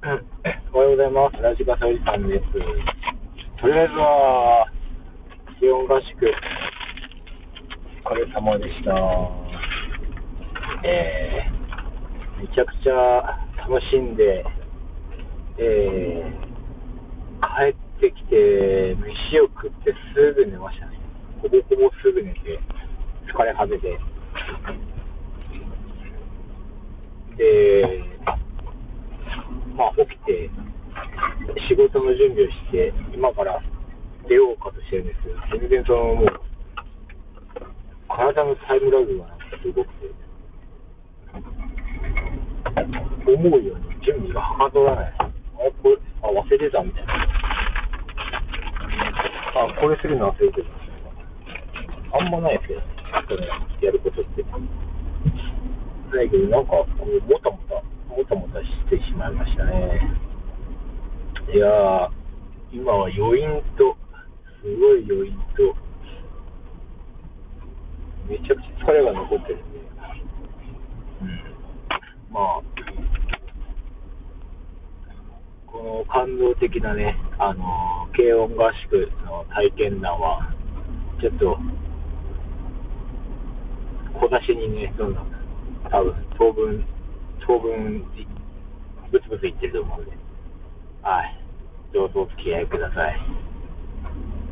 おはようございます。ラジカサおじさんです。とりあえずは、気温合宿、お疲れ様でした。めちゃくちゃ楽しんで、帰ってきて、飯を食ってすぐ寝ましたね。ほぼほぼすぐ寝て、疲れ果てて。で、起きて、仕事の準備をして、今から出ようかとしてるんですけど、全然もう、体のタイムラグがなんかすごくて、思うように準備がはかどらない。忘れてたみたいな。これするの忘れてたみたいな。あんまないですけどね、それやることって。だけど、なんか、もたもたしてしまいましたね。いやー、今は余韻と、すごい余韻と、めちゃくちゃ疲れが残ってるんで、うん、まあ、この感動的なね、軽音合宿の体験談は、ちょっと小出しにね、どんどん、多分当分、ブツブツ言ってると思うんで、はい、どうぞお付き合いください。